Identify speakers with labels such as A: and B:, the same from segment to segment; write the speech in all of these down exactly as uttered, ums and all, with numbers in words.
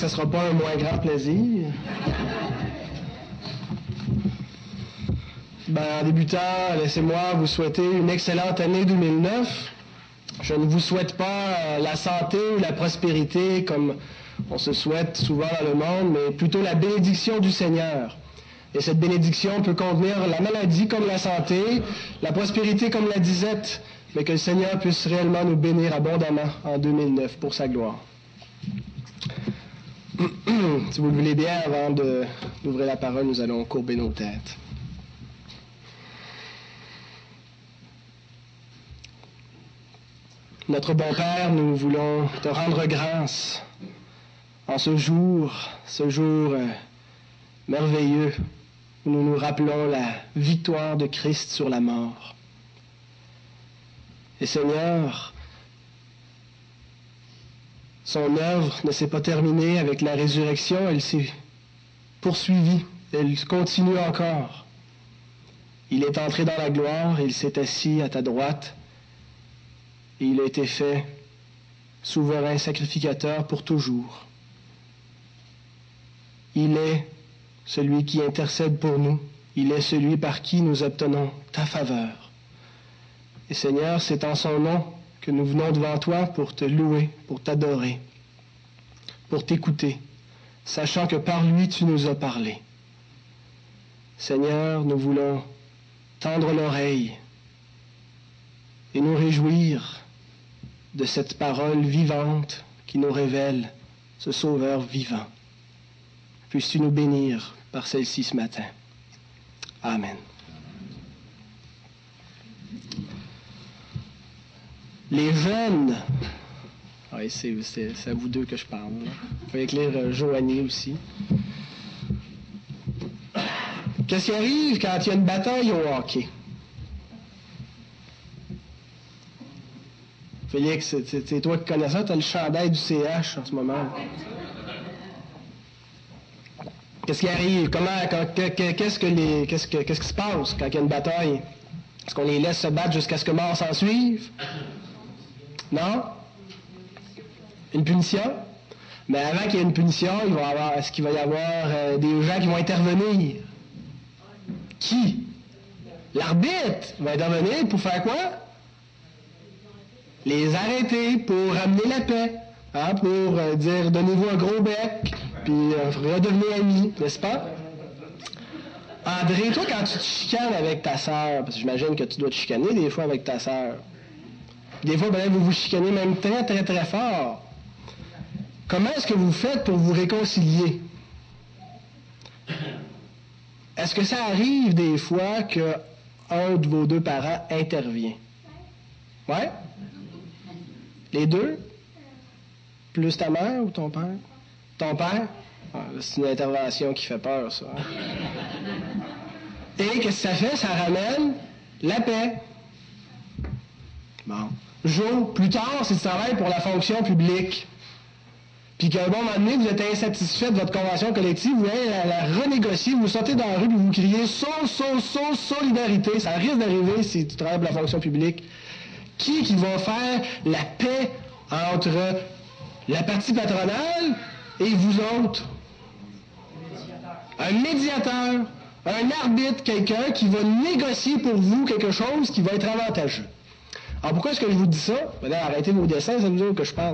A: ce ne sera pas un moins grand plaisir. Ben, en débutant, laissez-moi vous souhaiter une excellente année deux mille neuf. Je ne vous souhaite pas la santé ou la prospérité comme on se souhaite souvent dans le monde, mais plutôt la bénédiction du Seigneur. Et cette bénédiction peut contenir la maladie comme la santé, la prospérité comme la disette, mais que le Seigneur puisse réellement nous bénir abondamment en deux mille neuf pour sa gloire. Si vous le voulez bien, avant de, d'ouvrir la parole, nous allons courber nos têtes. Notre bon Père, nous voulons te rendre grâce en ce jour, ce jour euh, merveilleux, où nous nous rappelons la victoire de Christ sur la mort. Et Seigneur, son œuvre ne s'est pas terminée avec la résurrection, elle s'est poursuivie, elle continue encore. Il est entré dans la gloire, il s'est assis à ta droite, et il a été fait souverain sacrificateur pour toujours. Il est celui qui intercède pour nous. Il est celui par qui nous obtenons ta faveur. Et Seigneur, c'est en son nom que nous venons devant toi pour te louer, pour t'adorer, pour t'écouter, sachant que par lui tu nous as parlé. Seigneur, nous voulons tendre l'oreille et nous réjouir de cette parole vivante qui nous révèle ce Sauveur vivant. Puisses-tu nous bénir par celle-ci ce matin. Amen. Les jeunes, oui, c'est, c'est, c'est à vous deux que je parle. Là. Vous pouvez écrire euh, Joanie aussi. Qu'est-ce qui arrive quand il y a une bataille au hockey? Félix, c'est, c'est, c'est toi qui connais ça, tu as le chandail du C H en ce moment. Qu'est-ce qui arrive? Comment, quand, qu'est-ce, que les, qu'est-ce, que, qu'est-ce qui se passe quand il y a une bataille? Est-ce qu'on les laisse se battre jusqu'à ce que mort s'en suive? Non? Une punition? Mais avant qu'il y ait une punition, il va y avoir, est-ce qu'il va y avoir euh, des gens qui vont intervenir? Qui? L'arbitre va intervenir pour faire quoi? Les arrêter, pour ramener la paix, hein, pour euh, dire donnez-vous un gros bec, puis euh, redevenez amis, n'est-ce pas? André, toi, quand tu te chicanes avec ta sœur, parce que j'imagine que tu dois te chicaner des fois avec ta sœur, des fois, ben, vous vous chicanez même très, très, très fort. Comment est-ce que vous faites pour vous réconcilier? Est-ce que ça arrive des fois qu'un de vos deux parents intervient? Ouais? Les deux? Plus ta mère ou ton père? Ton père? Ah, c'est une intervention qui fait peur, ça. Hein? Et qu'est-ce que ça fait? Ça ramène la paix. Bon. Jour, plus tard, si tu travailles pour la fonction publique, puis qu'à un bon moment donné, vous êtes insatisfait de votre convention collective, vous allez la, la renégocier, vous sortez dans la rue et vous criez « So, so, so, solidarité ». Ça risque d'arriver si tu travailles pour la fonction publique. Qui qui va faire la paix entre la partie patronale et vous autres? Un médiateur, un arbitre, quelqu'un qui va négocier pour vous quelque chose qui va être avantageux. Alors pourquoi est-ce que je vous dis ça? Ben, arrêtez vos dessins, c'est vous que je parle.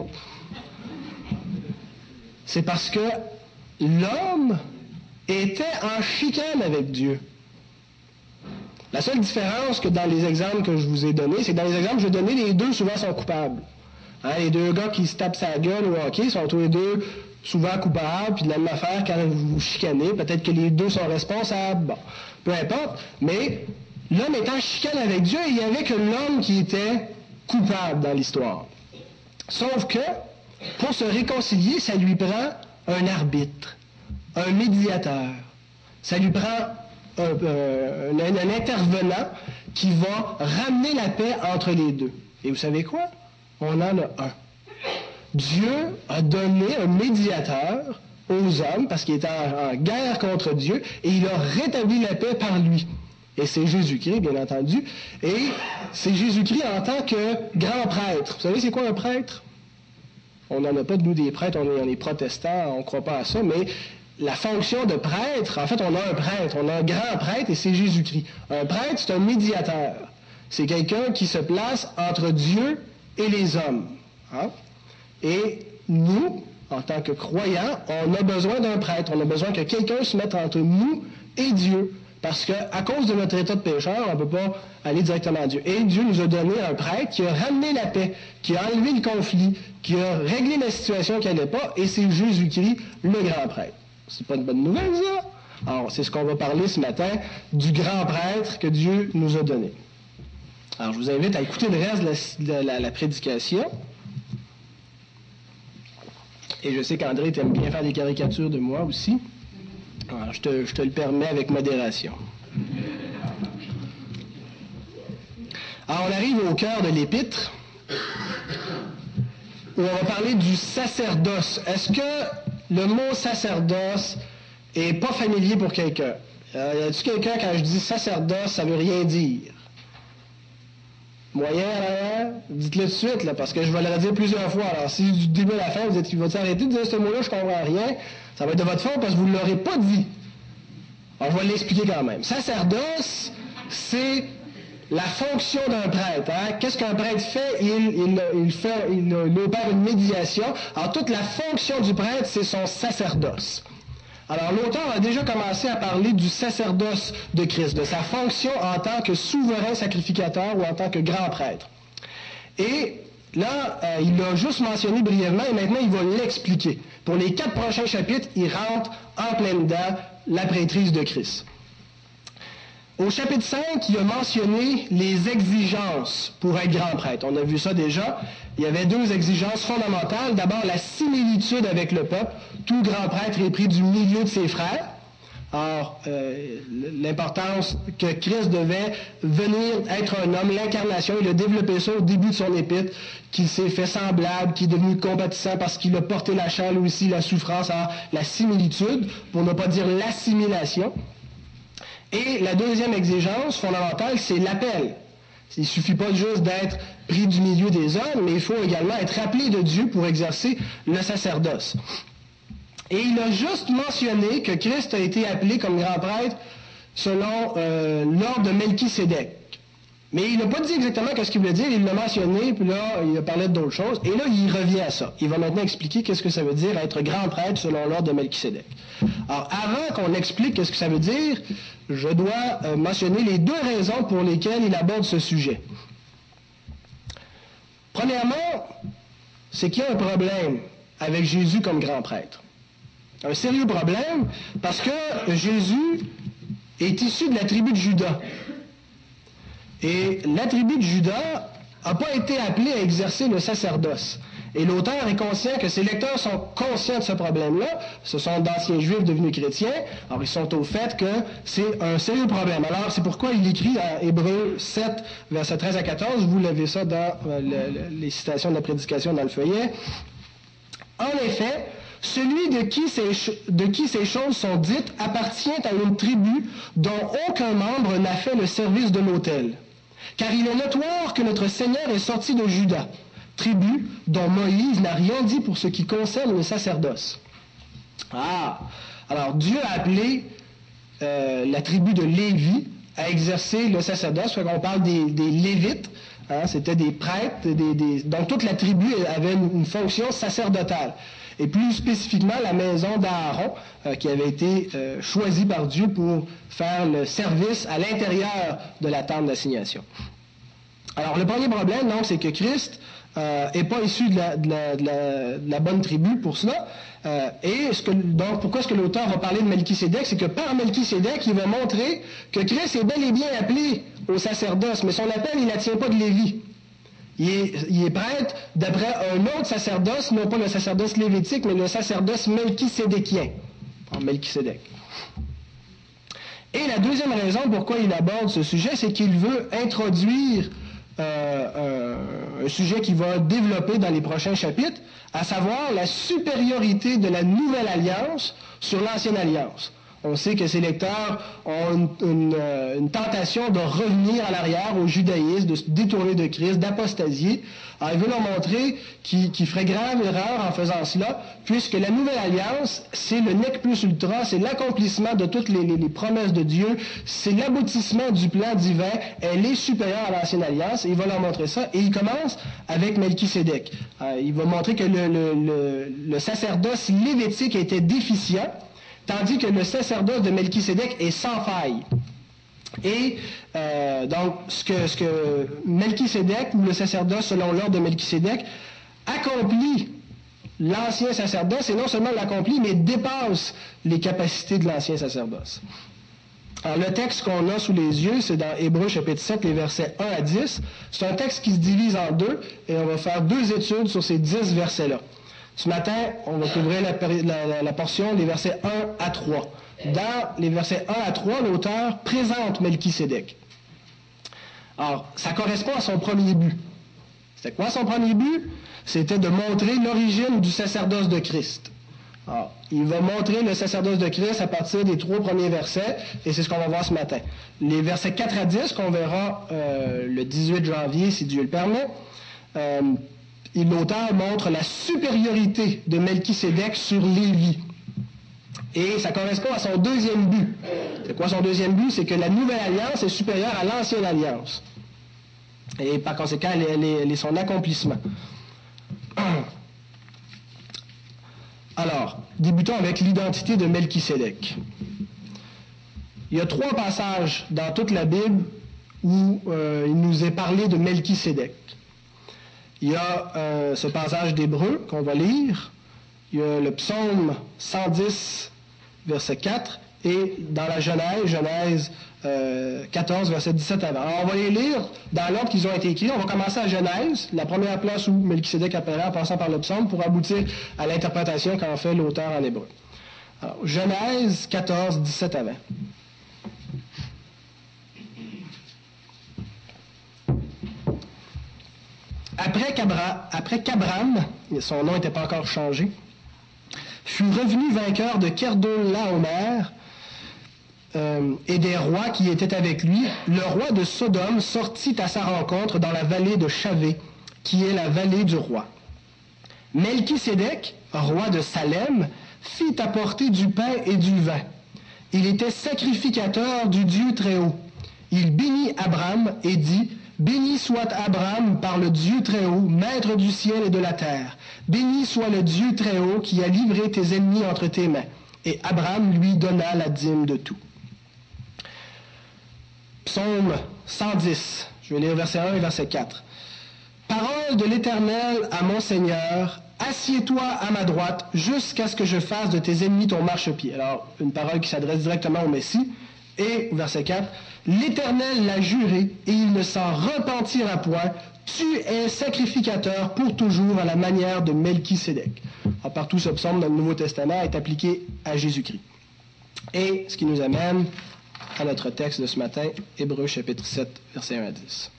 A: C'est parce que l'homme était en chicane avec Dieu. La seule différence que dans les exemples que je vous ai donnés, c'est que dans les exemples que je vous ai donnés, les deux souvent sont coupables. Hein, les deux gars qui se tapent sa gueule au hockey sont tous les deux souvent coupables, puis de la même affaire, quand vous vous chicanez, peut-être que les deux sont responsables, bon, peu importe, mais l'homme était en chicane avec Dieu et il n'y avait que l'homme qui était coupable dans l'histoire. Sauf que, pour se réconcilier, ça lui prend un arbitre, un médiateur. Ça lui prend un, euh, un, un intervenant qui va ramener la paix entre les deux. Et vous savez quoi? On en a un. Dieu a donné un médiateur aux hommes parce qu'il était en, en guerre contre Dieu et il a rétabli la paix par lui. Et c'est Jésus-Christ, bien entendu. Et c'est Jésus-Christ en tant que grand prêtre. Vous savez, c'est quoi un prêtre? On n'en a pas de nous des prêtres, on est, on est protestants, on ne croit pas à ça, mais la fonction de prêtre, en fait, on a un prêtre, on a un grand prêtre et c'est Jésus-Christ. Un prêtre, c'est un médiateur. C'est quelqu'un qui se place entre Dieu et les hommes. Hein? Et nous, en tant que croyants, on a besoin d'un prêtre. On a besoin que quelqu'un se mette entre nous et Dieu. Parce qu'à cause de notre état de pécheur, on ne peut pas aller directement à Dieu. Et Dieu nous a donné un prêtre qui a ramené la paix, qui a enlevé le conflit, qui a réglé la situation qui n'allait pas, et c'est Jésus-Christ, le grand prêtre. C'est pas une bonne nouvelle, ça? Alors, c'est ce qu'on va parler ce matin, du grand prêtre que Dieu nous a donné. Alors, je vous invite à écouter le reste de la, de la, la prédication. Et je sais qu'André aime bien faire des caricatures de moi aussi. Alors, je te, je te le permets avec modération. Alors, on arrive au cœur de l'épître, où on va parler du sacerdoce. Est-ce que le mot sacerdoce n'est pas familier pour quelqu'un? Euh, y a-t-il quelqu'un, quand je dis sacerdoce, ça ne veut rien dire? Moyen, alors, dites-le tout de suite, là, parce que je vais le redire plusieurs fois. Alors, si du début à la fin, vous êtes, vous va arrêter de dire ce mot-là, je ne comprends rien, ça va être de votre faute parce que vous ne l'aurez pas dit. Alors, je vais l'expliquer quand même. Sacerdoce, c'est la fonction d'un prêtre. Hein? Qu'est-ce qu'un prêtre fait? Il, il, il, fait, il, il opère une médiation. Alors, toute la fonction du prêtre, c'est son sacerdoce. Alors, l'auteur a déjà commencé à parler du sacerdoce de Christ, de sa fonction en tant que souverain sacrificateur ou en tant que grand prêtre. Et là, euh, il l'a juste mentionné brièvement et maintenant, il va l'expliquer. Pour les quatre prochains chapitres, il rentre en plein dedans la prêtrise de Christ. Au chapitre cinq, il a mentionné les exigences pour être grand prêtre. On a vu ça déjà. Il y avait deux exigences fondamentales. D'abord, la similitude avec le peuple. Tout grand prêtre est pris du milieu de ses frères. Or, euh, l'importance que Christ devait venir être un homme, l'incarnation, il a développé ça au début de son épître, qu'il s'est fait semblable, qu'il est devenu compatissant parce qu'il a porté la chair, lui aussi, la souffrance, alors, la similitude, pour ne pas dire l'assimilation. Et la deuxième exigence fondamentale, c'est l'appel. Il ne suffit pas juste d'être pris du milieu des hommes, mais il faut également être appelé de Dieu pour exercer le sacerdoce. Et il a juste mentionné que Christ a été appelé comme grand prêtre selon euh, l'ordre de Melchisédek. Mais il n'a pas dit exactement ce qu'il voulait dire, il l'a mentionné, puis là, il a parlé d'autres choses, et là, il revient à ça. Il va maintenant expliquer qu'est-ce que ça veut dire être grand prêtre selon l'ordre de Melchisédek. Alors, avant qu'on explique qu'est-ce que ça veut dire, je dois euh, mentionner les deux raisons pour lesquelles il aborde ce sujet. Premièrement, c'est qu'il y a un problème avec Jésus comme grand prêtre. Un sérieux problème, parce que Jésus est issu de la tribu de Juda. Et la tribu de Juda n'a pas été appelée à exercer le sacerdoce. Et l'auteur est conscient que ses lecteurs sont conscients de ce problème-là. Ce sont d'anciens juifs devenus chrétiens. Alors, ils sont au fait que c'est un sérieux problème. Alors, c'est pourquoi il écrit dans Hébreux sept, versets treize à quatorze. Vous l'avez ça dans euh, le, le, les citations de la prédication dans le feuillet. En effet, celui de qui, ces, de qui ces choses sont dites appartient à une tribu dont aucun membre n'a fait le service de l'autel. Car il est notoire que notre Seigneur est sorti de Juda, tribu dont Moïse n'a rien dit pour ce qui concerne le sacerdoce. Ah! Alors, Dieu a appelé euh, la tribu de Lévi à exercer le sacerdoce. Fait qu'on parle des, des Lévites. Hein, c'était des prêtres. Des, des... Donc, toute la tribu avait une, une fonction sacerdotale. Et plus spécifiquement, la maison d'Aaron, euh, qui avait été euh, choisie par Dieu pour faire le service à l'intérieur de la tente d'assignation. Alors, le premier problème, donc, c'est que Christ n'est euh, pas issu de la, de, la, de, la, de la bonne tribu pour cela. Euh, et ce que, donc, pourquoi est-ce que l'auteur va parler de Melchisédek? C'est que par Melchisédek, il va montrer que Christ est bel et bien appelé au sacerdoce, mais son appel, il ne la tient pas de Lévi. Il est, il est prêtre d'après un autre sacerdoce, non pas le sacerdoce lévitique, mais le sacerdoce melchisédékien. En Melchisédek. Et la deuxième raison pourquoi il aborde ce sujet, c'est qu'il veut introduire euh, un, un sujet qu'il va développer dans les prochains chapitres, à savoir la supériorité de la nouvelle alliance sur l'ancienne alliance. On sait que ces lecteurs ont une, une, une tentation de revenir à l'arrière au judaïsme, de se détourner de Christ, d'apostasier. Alors, il veut leur montrer qu'ils qu'ils feraient grave erreur en faisant cela, puisque la nouvelle alliance, c'est le nec plus ultra, c'est l'accomplissement de toutes les, les, les promesses de Dieu, c'est l'aboutissement du plan divin, elle est supérieure à l'ancienne alliance, et il va leur montrer ça, et il commence avec Melchisédek. Euh, il va montrer que le, le, le, le sacerdoce lévitique était déficient, tandis que le sacerdoce de Melchisédek est sans faille. Et euh, donc, ce que, ce que Melchisédek, ou le sacerdoce selon l'ordre de Melchisédek, accomplit l'ancien sacerdoce, et non seulement l'accomplit, mais dépasse les capacités de l'ancien sacerdoce. Alors, le texte qu'on a sous les yeux, c'est dans Hébreux chapitre sept, les versets un à dix. C'est un texte qui se divise en deux, et on va faire deux études sur ces dix versets-là. Ce matin, on va couvrir la, la, la portion des versets un à trois. Dans les versets un à trois, l'auteur présente Melchisédek. Alors, ça correspond à son premier but. C'était quoi son premier but? C'était de montrer l'origine du sacerdoce de Christ. Alors, il va montrer le sacerdoce de Christ à partir des trois premiers versets, et c'est ce qu'on va voir ce matin. Les versets quatre à dix, qu'on verra euh, le dix-huit janvier, si Dieu le permet, euh, l'auteur montre la supériorité de Melchisédek sur Lévi. Et ça correspond à son deuxième but. C'est quoi son deuxième but? C'est que la nouvelle alliance est supérieure à l'ancienne alliance. Et par conséquent, elle est, elle est, elle est son accomplissement. Alors, débutons avec l'identité de Melchisédek. Il y a trois passages dans toute la Bible où euh, il nous est parlé de Melchisédek. Il y a euh, ce passage d'Hébreux qu'on va lire. Il y a le psaume cent dix, verset quatre, et dans la Genèse, Genèse euh, quatorze, verset dix-sept avant. Alors, on va les lire dans l'ordre qu'ils ont été écrits. On va commencer à Genèse, la première place où Melchisédek apparaît en passant par le psaume, pour aboutir à l'interprétation qu'en fait l'auteur en hébreu. Alors, Genèse quatorze, dix-sept avant. Après qu'Abra, après qu'Abram, son nom n'était pas encore changé, fut revenu vainqueur de Kedorlaomer euh, et des rois qui étaient avec lui, le roi de Sodome sortit à sa rencontre dans la vallée de Chavé, qui est la vallée du roi. Melchisédek, roi de Salem, fit apporter du pain et du vin. Il était sacrificateur du Dieu Très-Haut. Il bénit Abram et dit: béni soit Abram par le Dieu Très-Haut, maître du ciel et de la terre. Béni soit le Dieu Très-Haut qui a livré tes ennemis entre tes mains. Et Abram lui donna la dîme de tout. Psaume cent dix, je vais lire verset un et verset quatre. Parole de l'Éternel à mon Seigneur, assieds-toi à ma droite jusqu'à ce que je fasse de tes ennemis ton marchepied. Alors, une parole qui s'adresse directement au Messie. Et, verset quatre, l'Éternel l'a juré, et il ne s'en repentira point. Tu es sacrificateur pour toujours à la manière de Melchisédek. Alors, partout ce psaume dans le Nouveau Testament est appliqué à Jésus-Christ. Et ce qui nous amène à notre texte de ce matin, Hébreux chapitre sept, versets un à dix.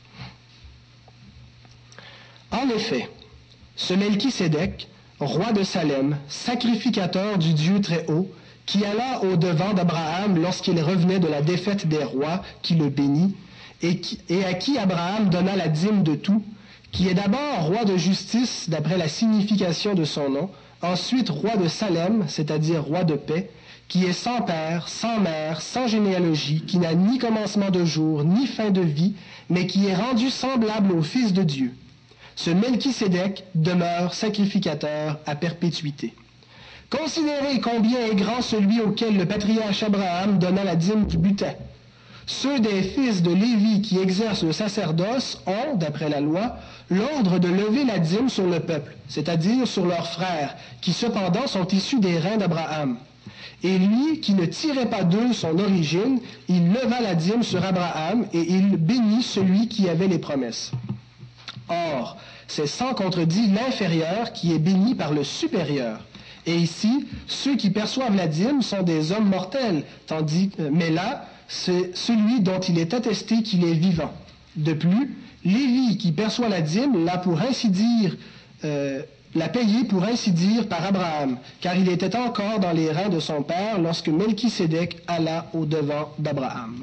A: En effet, ce Melchisédek, roi de Salem, sacrificateur du Dieu Très-Haut, qui alla au-devant d'Abraham lorsqu'il revenait de la défaite des rois, qui le bénit, et, qui, et à qui Abraham donna la dîme de tout, qui est d'abord roi de justice d'après la signification de son nom, ensuite roi de Salem, c'est-à-dire roi de paix, qui est sans père, sans mère, sans généalogie, qui n'a ni commencement de jour, ni fin de vie, mais qui est rendu semblable au Fils de Dieu. Ce Melchisédek demeure sacrificateur à perpétuité. Considérez combien est grand celui auquel le patriarche Abraham donna la dîme du butin. Ceux des fils de Lévi qui exercent le sacerdoce ont, d'après la loi, l'ordre de lever la dîme sur le peuple, c'est-à-dire sur leurs frères, qui cependant sont issus des reins d'Abraham. Et lui, qui ne tirait pas d'eux son origine, il leva la dîme sur Abraham et il bénit celui qui avait les promesses. Or, c'est sans contredit l'inférieur qui est béni par le supérieur. Et ici, ceux qui perçoivent la dîme sont des hommes mortels, tandis euh, mais là, c'est celui dont il est attesté qu'il est vivant. De plus, Lévi qui perçoit la dîme l'a pour ainsi dire, euh, l'a payé pour ainsi dire par Abraham, car il était encore dans les reins de son père lorsque Melchisédek alla au-devant d'Abraham.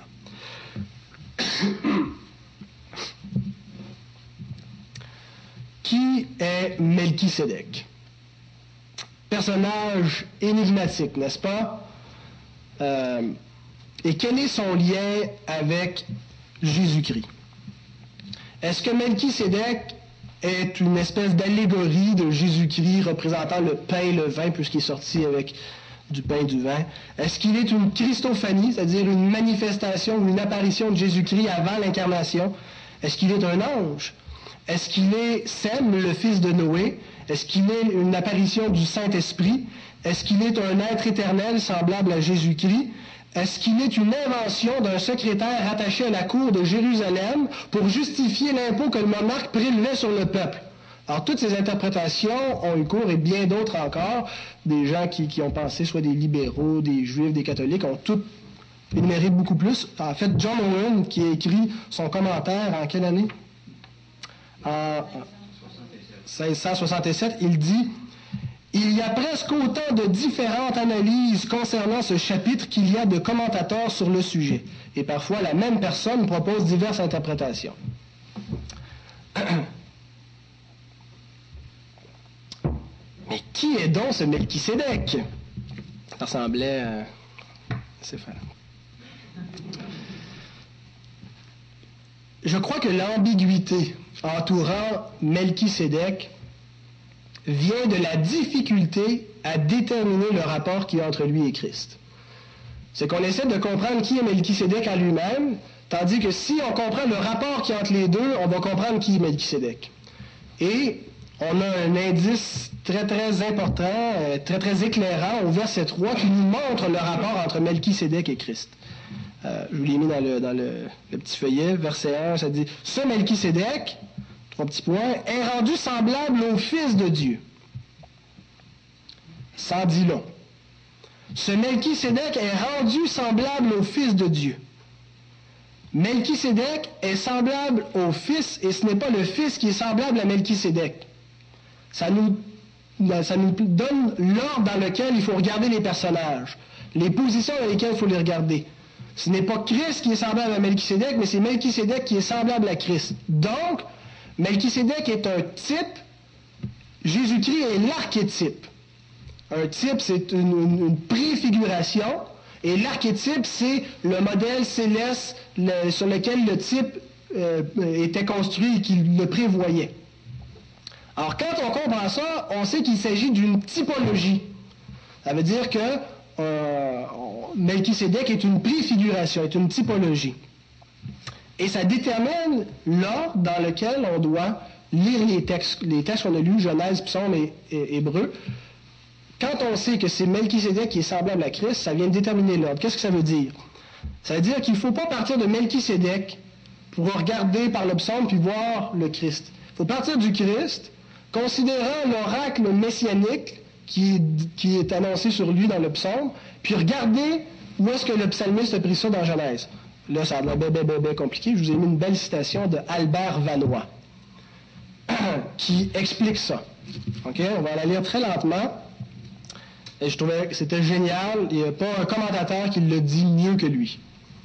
A: Qui est Melchisédek? Personnage énigmatique, n'est-ce pas? Euh, et quel est son lien avec Jésus-Christ? Est-ce que Melchisédek est une espèce d'allégorie de Jésus-Christ représentant le pain et le vin, puisqu'il est sorti avec du pain et du vin? Est-ce qu'il est une Christophanie, c'est-à-dire une manifestation ou une apparition de Jésus-Christ avant l'incarnation? Est-ce qu'il est un ange? Est-ce qu'il est Sem, le fils de Noé? Est-ce qu'il est une apparition du Saint-Esprit? Est-ce qu'il est un être éternel semblable à Jésus-Christ? Est-ce qu'il est une invention d'un secrétaire attaché à la cour de Jérusalem pour justifier l'impôt que le monarque prélevait sur le peuple? Alors, toutes ces interprétations ont eu cours, et bien d'autres encore. Des gens qui, qui ont pensé, soit des libéraux, des juifs, des catholiques, ont toutes énuméré beaucoup plus. En fait, John Owen, qui a écrit son commentaire en quelle année? En seize cent soixante-sept, il dit « Il y a presque autant de différentes analyses concernant ce chapitre qu'il y a de commentateurs sur le sujet. Et parfois, la même personne propose diverses interprétations. » Mais qui est donc ce Melchisédek? Ça semblait euh, assez fort. Je crois que l'ambiguïté entourant Melchisédek vient de la difficulté à déterminer le rapport qu'il y a entre lui et Christ. C'est qu'on essaie de comprendre qui est Melchisédek en lui-même, tandis que si on comprend le rapport qu'il y a entre les deux, on va comprendre qui est Melchisédek. Et on a un indice très très important, très très éclairant au verset trois qui nous montre le rapport entre Melchisédek et Christ. Euh, je vous l'ai mis dans, le, dans le, le petit feuillet, verset un, ça dit « Ce Melchisédek, trois petits points, est rendu semblable au Fils de Dieu. » Ça en dit long. Ce Melchisédek est rendu semblable au Fils de Dieu. Melchisédek est semblable au Fils, et ce n'est pas le Fils qui est semblable à Melchisédek. Ça nous, ça nous donne l'ordre dans lequel il faut regarder les personnages, les positions dans lesquelles il faut les regarder. Ce n'est pas Christ qui est semblable à Melchisédek, mais c'est Melchisédek qui est semblable à Christ. Donc, Melchisédek est un type, Jésus-Christ est l'archétype. Un type, c'est une, une, une préfiguration, et l'archétype, c'est le modèle céleste le, sur lequel le type euh, était construit et qu'il le prévoyait. Alors, quand on comprend ça, on sait qu'il s'agit d'une typologie. Ça veut dire que euh, Melchisédek est une préfiguration, est une typologie. Et ça détermine l'ordre dans lequel on doit lire les textes, les textes qu'on a lus, Genèse, Psaume et, et Hébreu. Quand on sait que c'est Melchisédek qui est semblable à Christ, ça vient de déterminer l'ordre. Qu'est-ce que ça veut dire? Ça veut dire qu'il ne faut pas partir de Melchisédek pour regarder par le psaume puis voir le Christ. Il faut partir du Christ, considérant l'oracle messianique qui, qui est annoncé sur lui dans le psaume, puis regarder où est-ce que le psalmiste a pris ça dans Genèse. Là, ça a l'air bien, bien, bien, bien compliqué. Je vous ai mis une belle citation de Albert Vanois qui explique ça. OK? On va la lire très lentement. Et je trouvais que c'était génial. Il n'y a pas un commentateur qui le dit mieux que lui.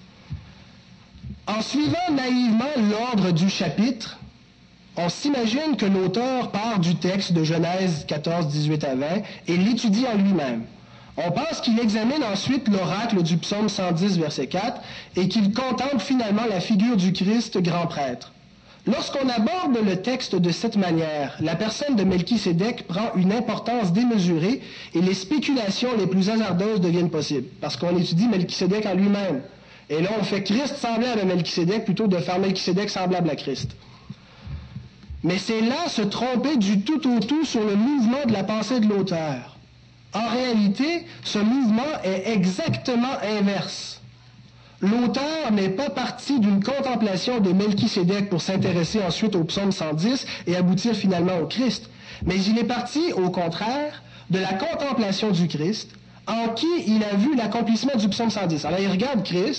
A: En suivant naïvement l'ordre du chapitre, on s'imagine que l'auteur part du texte de Genèse quatorze, dix-huit à vingt et l'étudie en lui-même. On pense qu'il examine ensuite l'oracle du psaume cent dix, verset quatre, et qu'il contemple finalement la figure du Christ grand prêtre. Lorsqu'on aborde le texte de cette manière, la personne de Melchisédek prend une importance démesurée et les spéculations les plus hasardeuses deviennent possibles, parce qu'on étudie Melchisédek en lui-même. Et là, on fait Christ semblable à Melchisédek plutôt que de faire Melchisédek semblable à Christ. Mais c'est là se tromper du tout au tout sur le mouvement de la pensée de l'auteur. En réalité, ce mouvement est exactement inverse. L'auteur n'est pas parti d'une contemplation de Melchisédek pour s'intéresser ensuite au psaume cent dix et aboutir finalement au Christ, mais il est parti, au contraire, de la contemplation du Christ, en qui il a vu l'accomplissement du psaume cent dix. Alors il regarde Christ,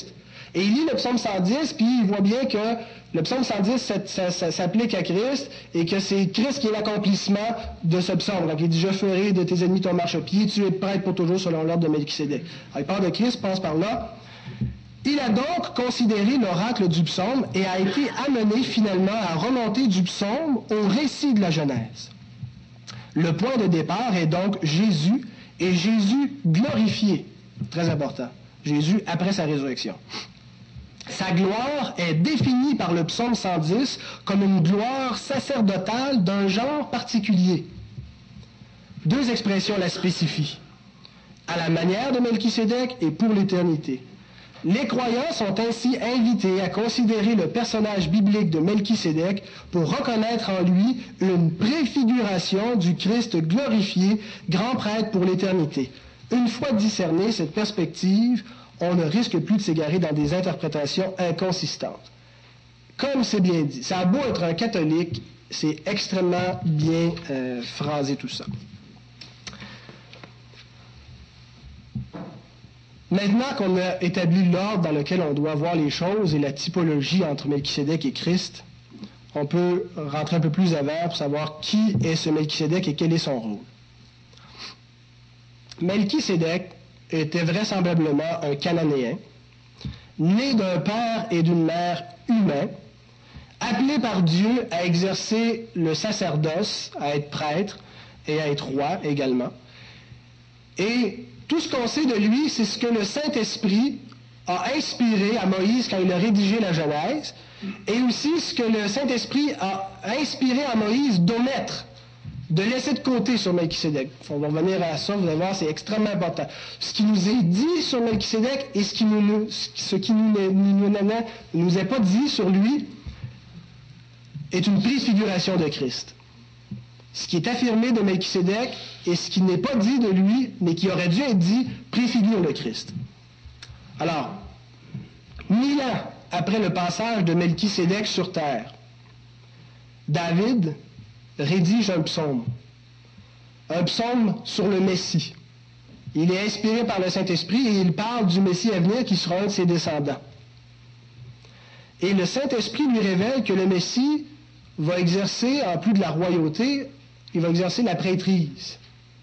A: Et il lit le psaume cent dix, puis il voit bien que le psaume cent dix ça, ça, ça s'applique à Christ, et que c'est Christ qui est l'accomplissement de ce psaume. Donc il dit « Je ferai de tes ennemis ton marchepied, tu es prêtre pour toujours selon l'ordre de Melchisédek. » Il parle de Christ, passe par là. Il a donc considéré l'oracle du psaume et a été amené finalement à remonter du psaume au récit de la Genèse. Le point de départ est donc Jésus, et Jésus glorifié. Très important. Jésus après sa résurrection. Sa gloire est définie par le psaume cent dix comme une gloire sacerdotale d'un genre particulier. Deux expressions la spécifient. À la manière de Melchisédek et pour l'éternité. Les croyants sont ainsi invités à considérer le personnage biblique de Melchisédek pour reconnaître en lui une préfiguration du Christ glorifié, grand prêtre pour l'éternité. Une fois discernée cette perspective, on ne risque plus de s'égarer dans des interprétations inconsistantes. Comme c'est bien dit, ça a beau être un catholique, c'est extrêmement bien euh, phrasé tout ça. Maintenant qu'on a établi l'ordre dans lequel on doit voir les choses et la typologie entre Melchisédek et Christ, on peut rentrer un peu plus avant pour savoir qui est ce Melchisédek et quel est son rôle. Melchisédek était vraisemblablement un Cananéen, né d'un père et d'une mère humains, appelé par Dieu à exercer le sacerdoce, à être prêtre et à être roi également. Et tout ce qu'on sait de lui, c'est ce que le Saint-Esprit a inspiré à Moïse quand il a rédigé la Genèse, et aussi ce que le Saint-Esprit a inspiré à Moïse d'omettre, de laisser de côté sur Melchisédek. On va revenir à ça, vous allez voir, c'est extrêmement important. Ce qui nous est dit sur Melchisédek et ce qui nous, ce qui nous, nous, nous, nous est pas dit sur lui est une préfiguration de Christ. Ce qui est affirmé de Melchisédek et ce qui n'est pas dit de lui, mais qui aurait dû être dit, préfigure le Christ. Alors, mille ans après le passage de Melchisédek sur terre, David rédige un psaume. Un psaume sur le Messie. Il est inspiré par le Saint-Esprit et il parle du Messie à venir qui sera un de ses descendants. Et le Saint-Esprit lui révèle que le Messie va exercer, en plus de la royauté, il va exercer la prêtrise.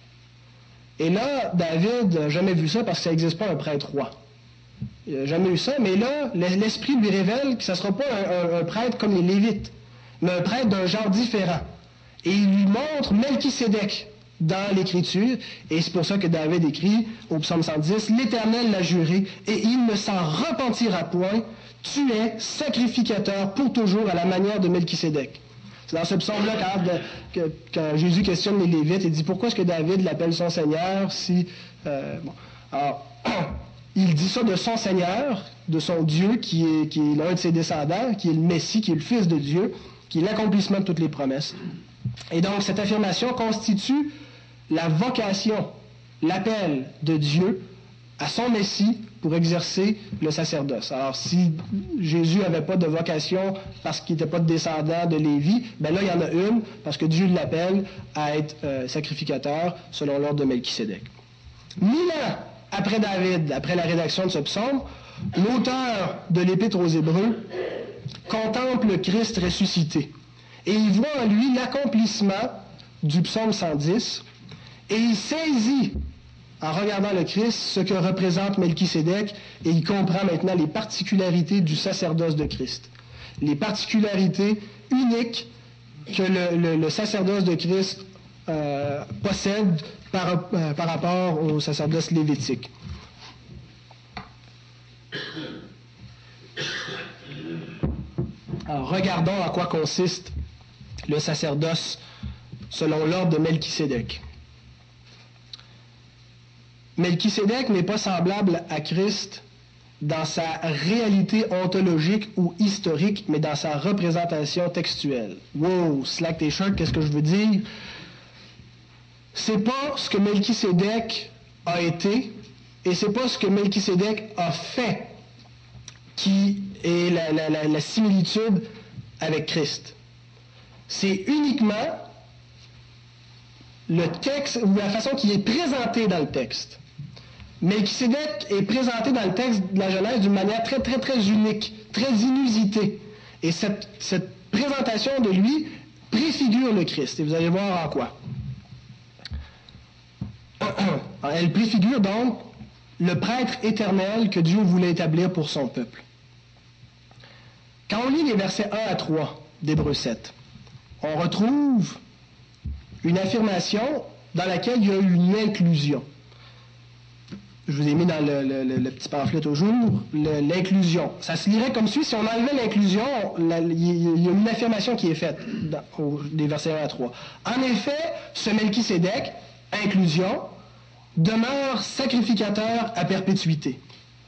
A: Et là, David n'a jamais vu ça parce que ça n'existe pas un prêtre-roi. Il n'a jamais eu ça, mais là, l'Esprit lui révèle que ce ne sera pas un, un, un prêtre comme les Lévites, mais un prêtre d'un genre différent. Et il lui montre Melchisédek dans l'Écriture, et c'est pour ça que David écrit au psaume cent dix, « L'Éternel l'a juré, et il ne s'en repentira point, tu es sacrificateur pour toujours à la manière de Melchisédek. » C'est dans ce psaume-là, quand, que, quand Jésus questionne les Lévites, il dit « Pourquoi est-ce que David l'appelle son Seigneur si... Euh, » bon. Alors, il dit ça de son Seigneur, de son Dieu, qui est, qui est l'un de ses descendants, qui est le Messie, qui est le Fils de Dieu, qui est l'accomplissement de toutes les promesses. Et donc, cette affirmation constitue la vocation, l'appel de Dieu à son Messie pour exercer le sacerdoce. Alors, si Jésus n'avait pas de vocation parce qu'il n'était pas de descendant de Lévi, ben là, il y en a une, parce que Dieu l'appelle à être euh, sacrificateur selon l'ordre de Melchisédek. Mille ans après David, après la rédaction de ce psaume, l'auteur de l'Épître aux Hébreux contemple Christ ressuscité. Et il voit en lui l'accomplissement du psaume cent dix, et il saisit, en regardant le Christ, ce que représente Melchisédek, et il comprend maintenant les particularités du sacerdoce de Christ. Les particularités uniques que le, le, le sacerdoce de Christ euh, possède par, euh, par rapport au sacerdoce lévitique. Alors, regardons à quoi consiste le sacerdoce selon l'ordre de Melchisédek. Melchisédek n'est pas semblable à Christ dans sa réalité ontologique ou historique, mais dans sa représentation textuelle. Wow, slack tes shirts, qu'est-ce que je veux dire? C'est pas ce que Melchisédek a été, et c'est pas ce que Melchisédek a fait qui est la, la, la, la similitude avec Christ. C'est uniquement le texte, ou la façon qui est présentée dans le texte. Melchisédek est présenté dans le texte de la Genèse d'une manière très, très, très unique, très inusitée. Et cette, cette présentation de lui préfigure le Christ. Et vous allez voir en quoi. Elle préfigure donc le prêtre éternel que Dieu voulait établir pour son peuple. Quand on lit les versets un à trois d'Hébreux sept, on retrouve une affirmation dans laquelle il y a une inclusion. Je vous ai mis dans le, le, le petit pamphlet toujours, le, l'inclusion. Ça se lirait comme suit. Si on enlevait l'inclusion, la, il y a une affirmation qui est faite dans au, des versets un à trois. En effet, ce Melchisédek, inclusion, demeure sacrificateur à perpétuité.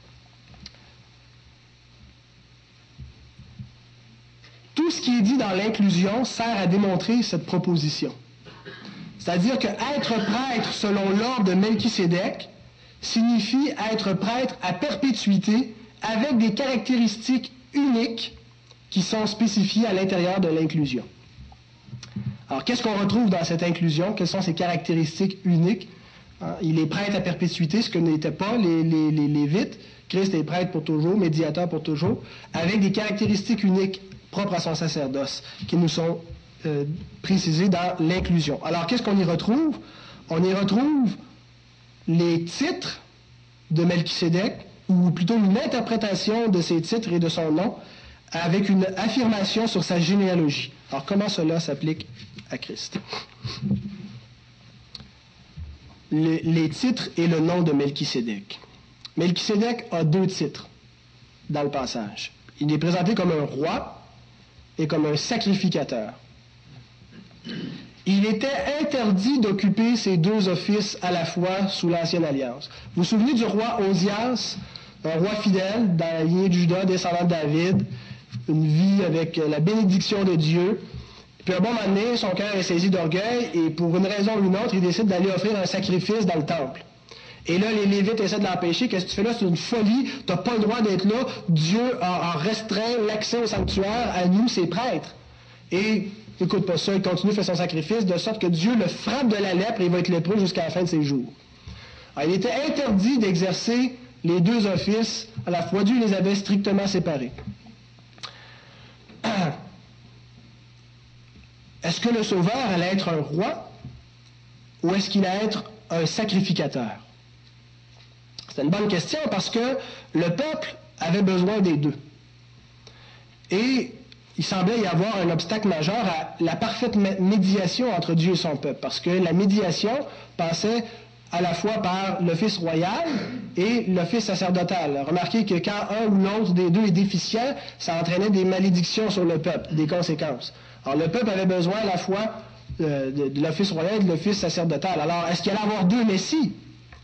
A: Tout ce qui est dit dans l'inclusion sert à démontrer cette proposition. C'est-à-dire que être prêtre selon l'ordre de Melchisédek signifie être prêtre à perpétuité avec des caractéristiques uniques qui sont spécifiées à l'intérieur de l'inclusion. Alors, qu'est-ce qu'on retrouve dans cette inclusion? Quelles sont ces caractéristiques uniques? Il est prêtre à perpétuité, ce que n'étaient pas les, les, les Lévites. Christ est prêtre pour toujours, médiateur pour toujours, avec des caractéristiques uniques propres à son sacerdoce, qui nous sont euh, précisées dans l'inclusion. Alors, qu'est-ce qu'on y retrouve? On y retrouve les titres de Melchisédek, ou plutôt une interprétation de ses titres et de son nom, avec une affirmation sur sa généalogie. Alors, comment cela s'applique à Christ? Le, les titres et le nom de Melchisédek. Melchisédek a deux titres dans le passage. Il est présenté comme un roi et comme un sacrificateur. Il était interdit d'occuper ces deux offices à la fois sous l'Ancienne Alliance. Vous vous souvenez du roi Osias, un roi fidèle dans la lignée de Juda, descendant de David, une vie avec la bénédiction de Dieu. Puis un bon moment donné, son cœur est saisi d'orgueil et pour une raison ou une autre, il décide d'aller offrir un sacrifice dans le temple. Et là, les Lévites essaient de l'empêcher. Qu'est-ce que tu fais là? C'est une folie. Tu n'as pas le droit d'être là. Dieu a, a restreint l'accès au sanctuaire à nous, ses prêtres. Et écoute pas ça, il continue à faire son sacrifice, de sorte que Dieu le frappe de la lèpre et il va être lépreux jusqu'à la fin de ses jours. Alors, il était interdit d'exercer les deux offices à la fois. Dieu les avait strictement séparés. Est-ce que le Sauveur allait être un roi ou est-ce qu'il allait être un sacrificateur? C'est une bonne question parce que le peuple avait besoin des deux. Et il semblait y avoir un obstacle majeur à la parfaite médiation entre Dieu et son peuple, parce que la médiation passait à la fois par l'office royal et l'office sacerdotal. Remarquez que quand un ou l'autre des deux est déficient, ça entraînait des malédictions sur le peuple, des conséquences. Alors le peuple avait besoin à la fois euh, de, de l'office royal et de l'office sacerdotal. Alors, est-ce qu'il allait avoir deux messies?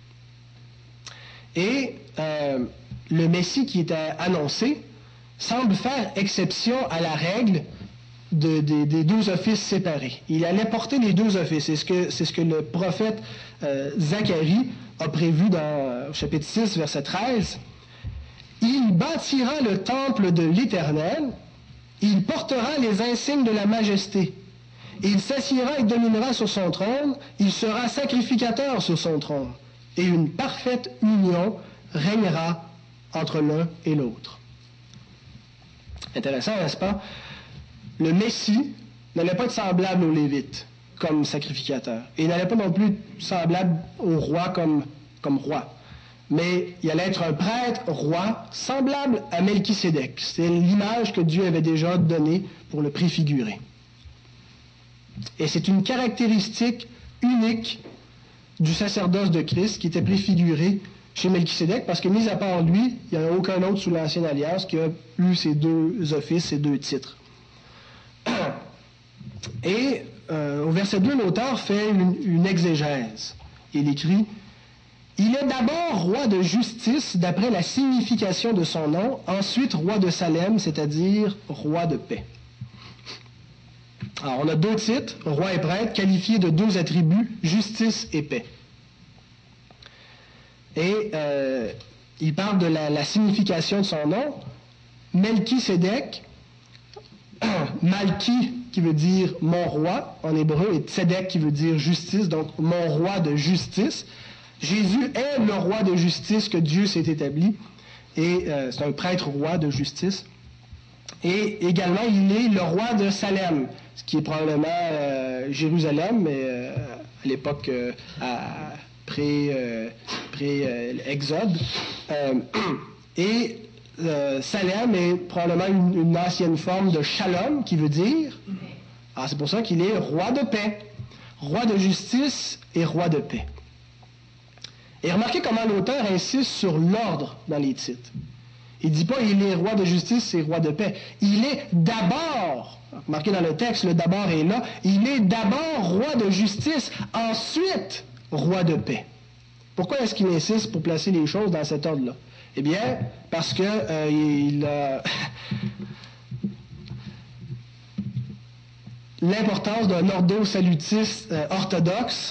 A: Et euh, le Messie qui était annoncé semble faire exception à la règle de, de, des deux offices séparés. Il allait porter les deux offices. C'est ce que, c'est ce que le prophète euh, Zacharie a prévu dans euh, chapitre six, verset treize. « Il bâtira le temple de l'Éternel, il portera les insignes de la majesté. Il s'assiera et dominera sur son trône, il sera sacrificateur sur son trône. Et une parfaite union régnera entre l'un et l'autre. » Intéressant, n'est-ce pas? Le Messie n'allait pas être semblable aux Lévites comme sacrificateur. Et il n'allait pas non plus être semblable au roi comme, comme roi. Mais il allait être un prêtre roi semblable à Melchisédek. C'est l'image que Dieu avait déjà donnée pour le préfigurer. Et c'est une caractéristique unique du sacerdoce de Christ qui était préfiguré chez Melchisédek, parce que, mis à part lui, il n'y en a aucun autre sous l'Ancienne Alliance qui a eu ces deux offices, ces deux titres. Et euh, au verset deux, l'auteur fait une, une exégèse. Il écrit « Il est d'abord roi de justice d'après la signification de son nom, ensuite roi de Salem, c'est-à-dire roi de paix. » Alors, on a deux titres, roi et prêtre, qualifiés de deux attributs, justice et paix. Et euh, il parle de la, la signification de son nom. Melchisédek, Malki qui veut dire mon roi en hébreu, et Tzedek qui veut dire justice, donc mon roi de justice. Jésus est le roi de justice que Dieu s'est établi, et euh, c'est un prêtre roi de justice. Et également, il est le roi de Salem, ce qui est probablement euh, Jérusalem, mais euh, à l'époque euh, à, pré, euh, pré-exode. Euh, et euh, Salem est probablement une, une ancienne forme de Shalom, qui veut dire, alors c'est pour ça qu'il est roi de paix, roi de justice et roi de paix. Et remarquez comment l'auteur insiste sur l'ordre dans les titres. Il ne dit pas « il est roi de justice et roi de paix ». Il est d'abord, remarquez dans le texte, le d'abord est là, il est d'abord roi de justice, ensuite roi de paix. Pourquoi est-ce qu'il insiste pour placer les choses dans cet ordre-là? Eh bien, parce que euh, il a l'importance d'un ordo salutis euh, orthodoxe,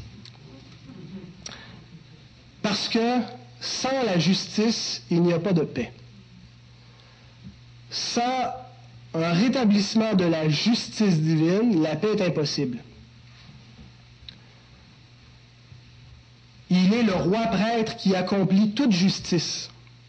A: parce que sans la justice, il n'y a pas de paix. Sans un rétablissement de la justice divine, la paix est impossible. Il est le roi prêtre qui accomplit toute justice.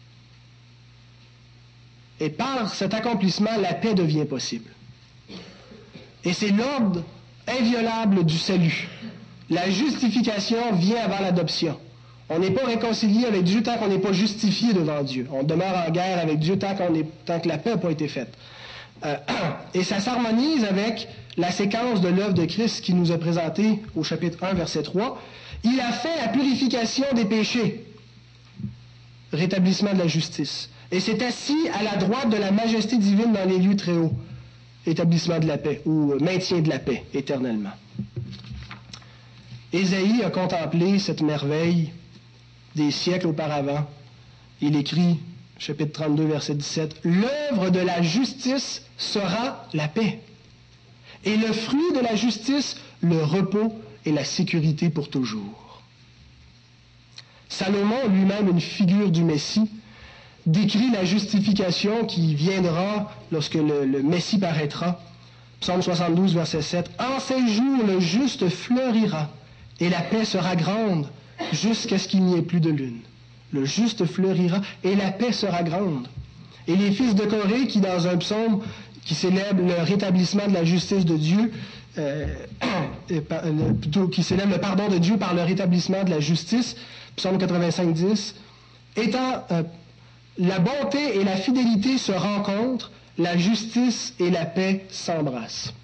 A: Et par cet accomplissement, la paix devient possible. Et c'est l'ordre inviolable du salut. La justification vient avant l'adoption. On n'est pas réconcilié avec Dieu tant qu'on n'est pas justifié devant Dieu. On demeure en guerre avec Dieu tant, qu'on est, tant que la paix n'a pas été faite. Euh, et ça s'harmonise avec la séquence de l'œuvre de Christ qui nous a présenté au chapitre un, verset trois. Il a fait la purification des péchés, rétablissement de la justice. Et s'est assis à la droite de la majesté divine dans les lieux très hauts, établissement de la paix ou maintien de la paix éternellement. Ésaïe a contemplé cette merveille des siècles auparavant. Il écrit, chapitre trente-deux, verset dix-sept, « L'œuvre de la justice sera la paix, et le fruit de la justice, le repos et la sécurité pour toujours. » Salomon, lui-même une figure du Messie, décrit la justification qui viendra lorsque le, le Messie paraîtra. Psaume soixante-douze, verset sept, « En ces jours, le juste fleurira, et la paix sera grande, jusqu'à ce qu'il n'y ait plus de lune. Le juste fleurira, et la paix sera grande. » Et les fils de Corée, qui dans un psaume qui célèbre le rétablissement de la justice de Dieu, euh, euh, plutôt qui célèbre le pardon de Dieu par le rétablissement de la justice, psaume quatre-vingt-cinq, dix, étant euh, la bonté et la fidélité se rencontrent, la justice et la paix s'embrassent.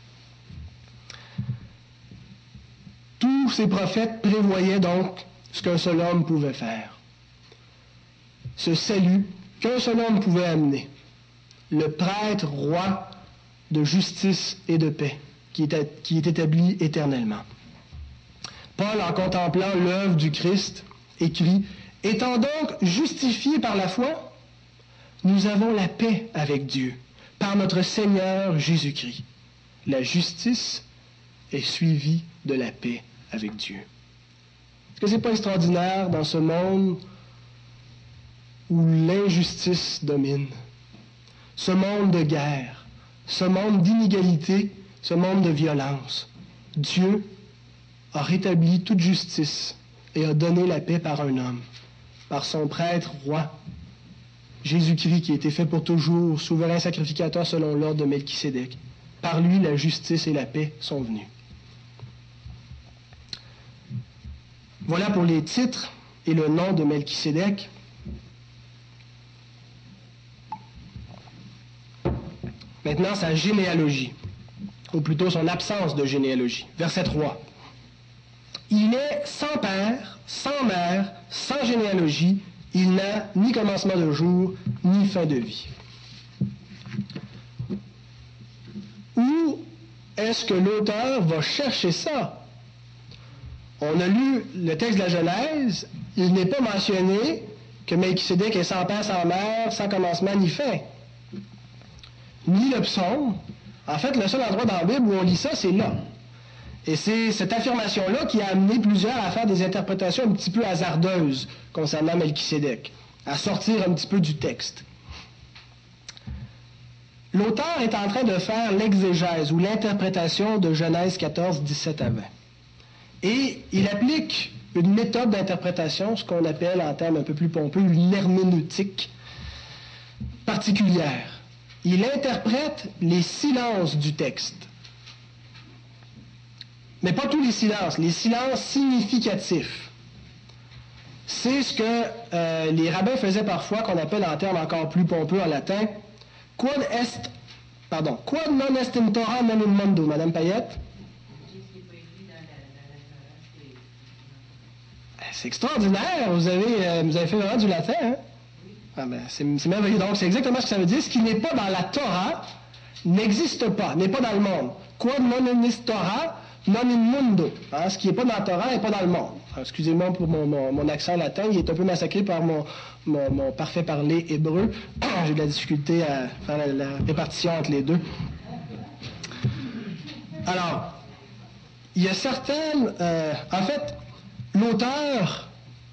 A: Tous ces prophètes prévoyaient donc ce qu'un seul homme pouvait faire. Ce salut qu'un seul homme pouvait amener. Le prêtre roi de justice et de paix qui est, qui est établi éternellement. Paul, en contemplant l'œuvre du Christ, écrit « Étant donc justifiés par la foi, nous avons la paix avec Dieu, par notre Seigneur Jésus-Christ. La justice est suivie de la paix avec Dieu. » Est-ce que ce n'est pas extraordinaire dans ce monde où l'injustice domine, ce monde de guerre, ce monde d'inégalité, ce monde de violence? Dieu a rétabli toute justice et a donné la paix par un homme, par son prêtre roi, Jésus-Christ, qui a été fait pour toujours, souverain sacrificateur selon l'ordre de Melchisédek. Par lui, la justice et la paix sont venues. Voilà pour les titres et le nom de Melchisédek. Maintenant, sa généalogie, ou plutôt son absence de généalogie. Verset trois. Il est sans père, sans mère, sans généalogie. Il n'a ni commencement de jour, ni fin de vie. Où est-ce que l'auteur va chercher ça? On a lu le texte de la Genèse, il n'est pas mentionné que Melchisédek est sans père, sans mère, sans commencement, ni fin. Ni le psaume. En fait, le seul endroit dans la Bible où on lit ça, c'est là. Et c'est cette affirmation-là qui a amené plusieurs à faire des interprétations un petit peu hasardeuses concernant Melchisédek, à sortir un petit peu du texte. L'auteur est en train de faire l'exégèse ou l'interprétation de Genèse quatorze, dix-sept à vingt. Et il applique une méthode d'interprétation, ce qu'on appelle en termes un peu plus pompeux, une herméneutique particulière. Il interprète les silences du texte. Mais pas tous les silences, les silences significatifs. C'est ce que euh, les rabbins faisaient parfois, qu'on appelle en termes encore plus pompeux en latin, quod est, pardon, quod non est in Torah non in mondo, Madame Payette? C'est extraordinaire, vous avez, euh, vous avez fait vraiment du latin, hein? Ah ben, c'est, c'est merveilleux. Donc, c'est exactement ce que ça veut dire. Ce qui n'est pas dans la Torah n'existe pas, n'est pas dans le monde. Quod non in Torah non in mundo. Hein? Ce qui n'est pas dans la Torah n'est pas dans le monde. Alors, excusez-moi pour mon, mon, mon accent latin, il est un peu massacré par mon, mon, mon parfait parler hébreu. J'ai de la difficulté à faire la, la répartition entre les deux. Alors, il y a certaines... Euh, en fait, l'auteur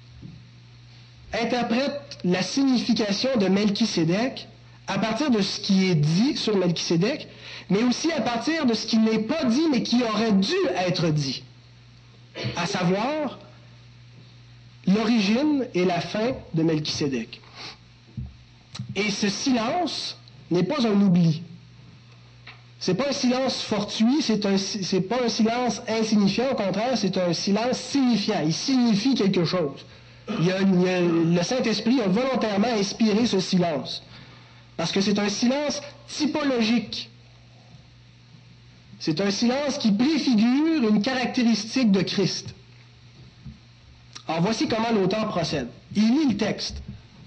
A: interprète la signification de Melchisédek à partir de ce qui est dit sur Melchisédek, mais aussi à partir de ce qui n'est pas dit, mais qui aurait dû être dit. À savoir, l'origine et la fin de Melchisédek. Et ce silence n'est pas un oubli. C'est pas un silence fortuit, c'est, un, c'est pas un silence insignifiant, au contraire, c'est un silence signifiant. Il signifie quelque chose. Il y a, il y a, le Saint-Esprit a volontairement inspiré ce silence. Parce que c'est un silence typologique. C'est un silence qui préfigure une caractéristique de Christ. Alors voici comment l'auteur procède. Il lit le texte.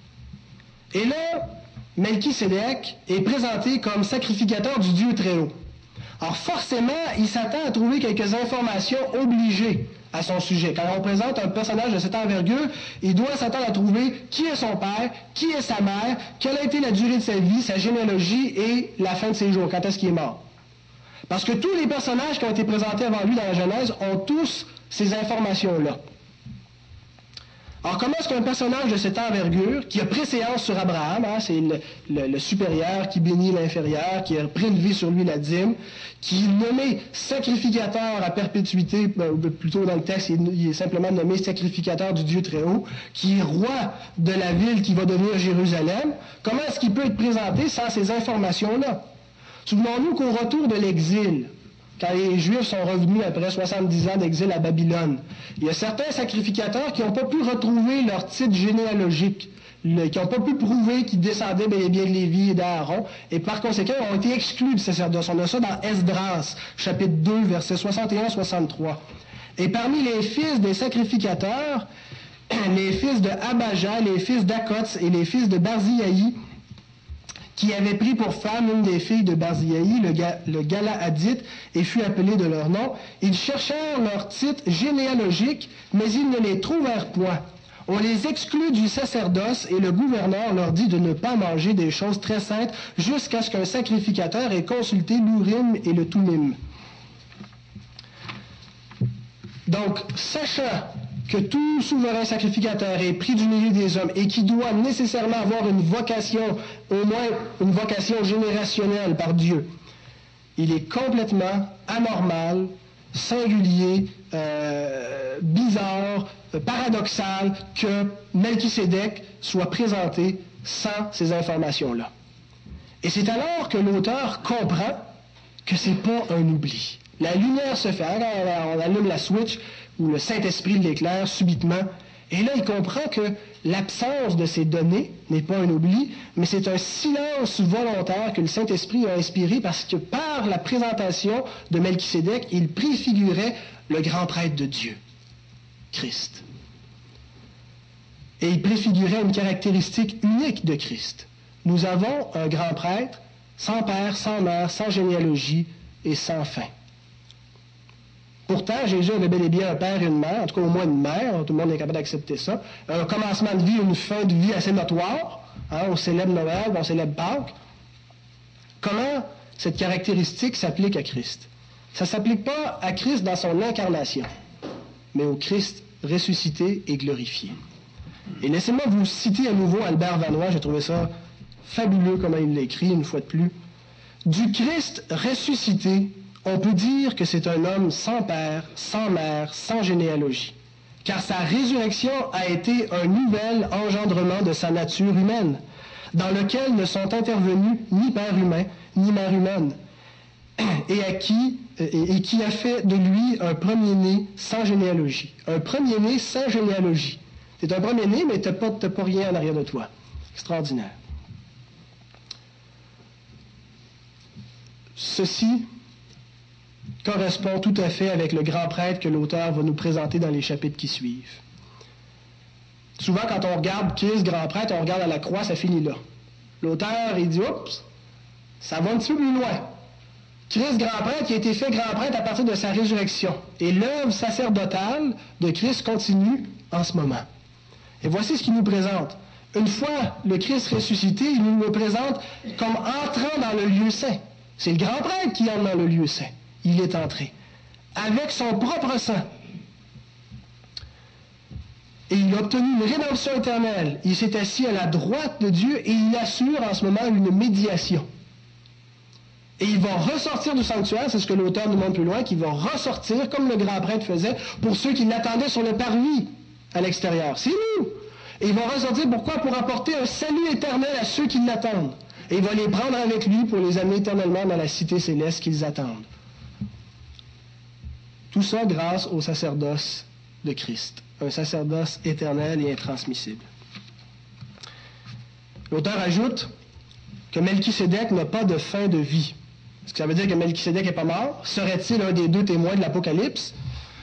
A: Et là, Melchisédek est présenté comme sacrificateur du Dieu très haut. Alors forcément, il s'attend à trouver quelques informations obligées à son sujet. Quand on présente un personnage de cette envergure, il doit s'attendre à trouver qui est son père, qui est sa mère, quelle a été la durée de sa vie, sa généalogie et la fin de ses jours, quand est-ce qu'il est mort. Parce que tous les personnages qui ont été présentés avant lui dans la Genèse ont tous ces informations-là. Alors, comment est-ce qu'un personnage de cette envergure, qui a préséance sur Abraham, hein, c'est le, le, le supérieur qui bénit l'inférieur, qui a prélevé sur lui la dîme, qui est nommé sacrificateur à perpétuité, ben, plutôt dans le texte, il est, il est simplement nommé sacrificateur du Dieu très haut, qui est roi de la ville qui va devenir Jérusalem, comment est-ce qu'il peut être présenté sans ces informations-là? Souvenons-nous qu'au retour de l'exil, quand les Juifs sont revenus après soixante-dix ans d'exil à Babylone, il y a certains sacrificateurs qui n'ont pas pu retrouver leur titre généalogique, le, qui n'ont pas pu prouver qu'ils descendaient bel et bien de Lévi et d'Aaron, et par conséquent ont été exclus du sacerdoce. On a ça dans Esdras, chapitre deux, versets soixante et un à soixante-trois. Et parmi les fils des sacrificateurs, les fils de Abijah, les fils d'Akots et les fils de Barziaï, qui avait pris pour femme une des filles de Barziaï, le, ga, le Galaadite, et fut appelé de leur nom. Ils cherchèrent leur titre généalogique, mais ils ne les trouvèrent point. On les exclut du sacerdoce, et le gouverneur leur dit de ne pas manger des choses très saintes jusqu'à ce qu'un sacrificateur ait consulté l'Urim et le Thummim. Donc, sachant que tout souverain sacrificateur est pris du milieu des hommes et qui doit nécessairement avoir une vocation, au moins une vocation générationnelle par Dieu, il est complètement anormal, singulier, euh, bizarre, euh, paradoxal que Melchisédek soit présenté sans ces informations-là. Et c'est alors que l'auteur comprend que c'est pas un oubli. La lumière se fait, on allume la switch, où le Saint-Esprit l'éclaire subitement, et là il comprend que l'absence de ces données n'est pas un oubli, mais c'est un silence volontaire que le Saint-Esprit a inspiré parce que par la présentation de Melchisédek, il préfigurait le grand prêtre de Dieu, Christ. Et il préfigurait une caractéristique unique de Christ. Nous avons un grand prêtre sans père, sans mère, sans généalogie et sans fin. Pourtant, Jésus avait bel et bien un père et une mère, en tout cas au moins une mère, tout le monde est capable d'accepter ça. Un commencement de vie, une fin de vie assez notoire. Hein, on célèbre Noël, on célèbre Pâques. Comment cette caractéristique s'applique à Christ? Ça ne s'applique pas à Christ dans son incarnation, mais au Christ ressuscité et glorifié. Et laissez-moi vous citer à nouveau Albert Vanois, j'ai trouvé ça fabuleux comment il l'a écrit une fois de plus. Du Christ ressuscité, on peut dire que c'est un homme sans père, sans mère, sans généalogie. car sa résurrection a été un nouvel engendrement de sa nature humaine, dans lequel ne sont intervenus ni père humain, ni mère humaine, et, à qui, et, et qui a fait de lui un premier-né sans généalogie. Un premier-né sans généalogie. Tu es un premier-né, mais tu n'as pas, pas rien en arrière de toi. Extraordinaire. Ceci correspond tout à fait avec le grand prêtre que l'auteur va nous présenter dans les chapitres qui suivent. Souvent, quand on regarde Christ, grand prêtre, on regarde à la croix, ça finit là. L'auteur, il dit, oups, ça va un petit peu plus loin. Christ, grand prêtre, qui a été fait grand prêtre à partir de sa résurrection. Et l'œuvre sacerdotale de Christ continue en ce moment. Et voici ce qu'il nous présente. Une fois le Christ ressuscité, il nous le présente comme entrant dans le lieu saint. C'est le grand prêtre qui entre dans le lieu saint. Il est entré. Avec son propre sang. Et il a obtenu une rédemption éternelle. Il s'est assis à la droite de Dieu et il assure en ce moment une médiation. Et il va ressortir du sanctuaire, c'est ce que l'auteur nous montre plus loin, qu'il va ressortir, comme le grand prêtre faisait, pour ceux qui l'attendaient sur le parvis à l'extérieur. C'est nous! Et il va ressortir, pourquoi? Pour apporter un salut éternel à ceux qui l'attendent. Et il va les prendre avec lui pour les amener éternellement dans la cité céleste qu'ils attendent. Tout ça grâce au sacerdoce de Christ. Un sacerdoce éternel et intransmissible. L'auteur ajoute que Melchisédek n'a pas de fin de vie. Est-ce que ça veut dire que Melchisédek n'est pas mort? Serait-il un des deux témoins de l'Apocalypse?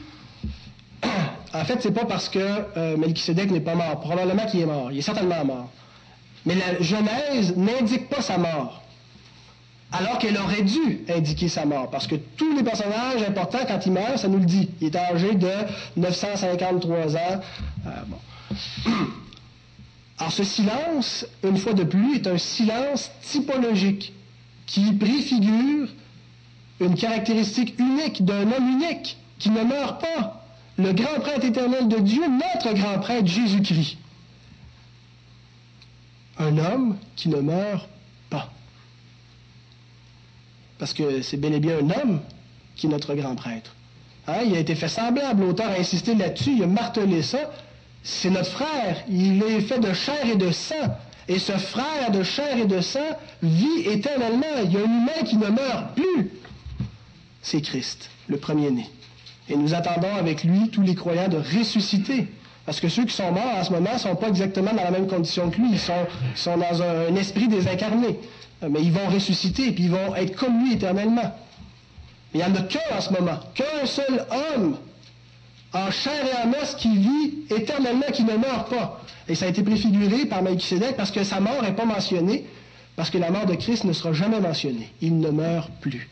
A: En fait, c'est pas parce que euh, Melchisédek n'est pas mort. Probablement qu'il est mort. Il est certainement mort. Mais la Genèse n'indique pas sa mort. Alors qu'elle aurait dû indiquer sa mort. Parce que tous les personnages importants, quand ils meurent, ça nous le dit. Il est âgé de neuf cent cinquante-trois ans. Euh, bon. Alors ce silence, une fois de plus, est un silence typologique qui préfigure une caractéristique unique d'un homme unique qui ne meurt pas. Le grand prêtre éternel de Dieu, notre grand prêtre Jésus-Christ. Un homme qui ne meurt pas. Parce que c'est bel et bien un homme qui est notre grand prêtre. Hein? Il a été fait semblable, l'auteur a insisté là-dessus, il a martelé ça. C'est notre frère, il est fait de chair et de sang. Et ce frère de chair et de sang vit éternellement. Il y a un humain qui ne meurt plus. C'est Christ, le premier-né. Et nous attendons avec lui, tous les croyants, de ressusciter. Parce que ceux qui sont morts en ce moment ne sont pas exactement dans la même condition que lui. Ils sont, ils sont dans un, un esprit désincarné. Mais ils vont ressusciter et puis ils vont être comme lui éternellement. Mais il n'y en a qu'un en ce moment. Qu'un seul homme en chair et en os qui vit éternellement, qui ne meurt pas. Et ça a été préfiguré par Melchisédek parce que sa mort n'est pas mentionnée, parce que la mort de Christ ne sera jamais mentionnée. Il ne meurt plus.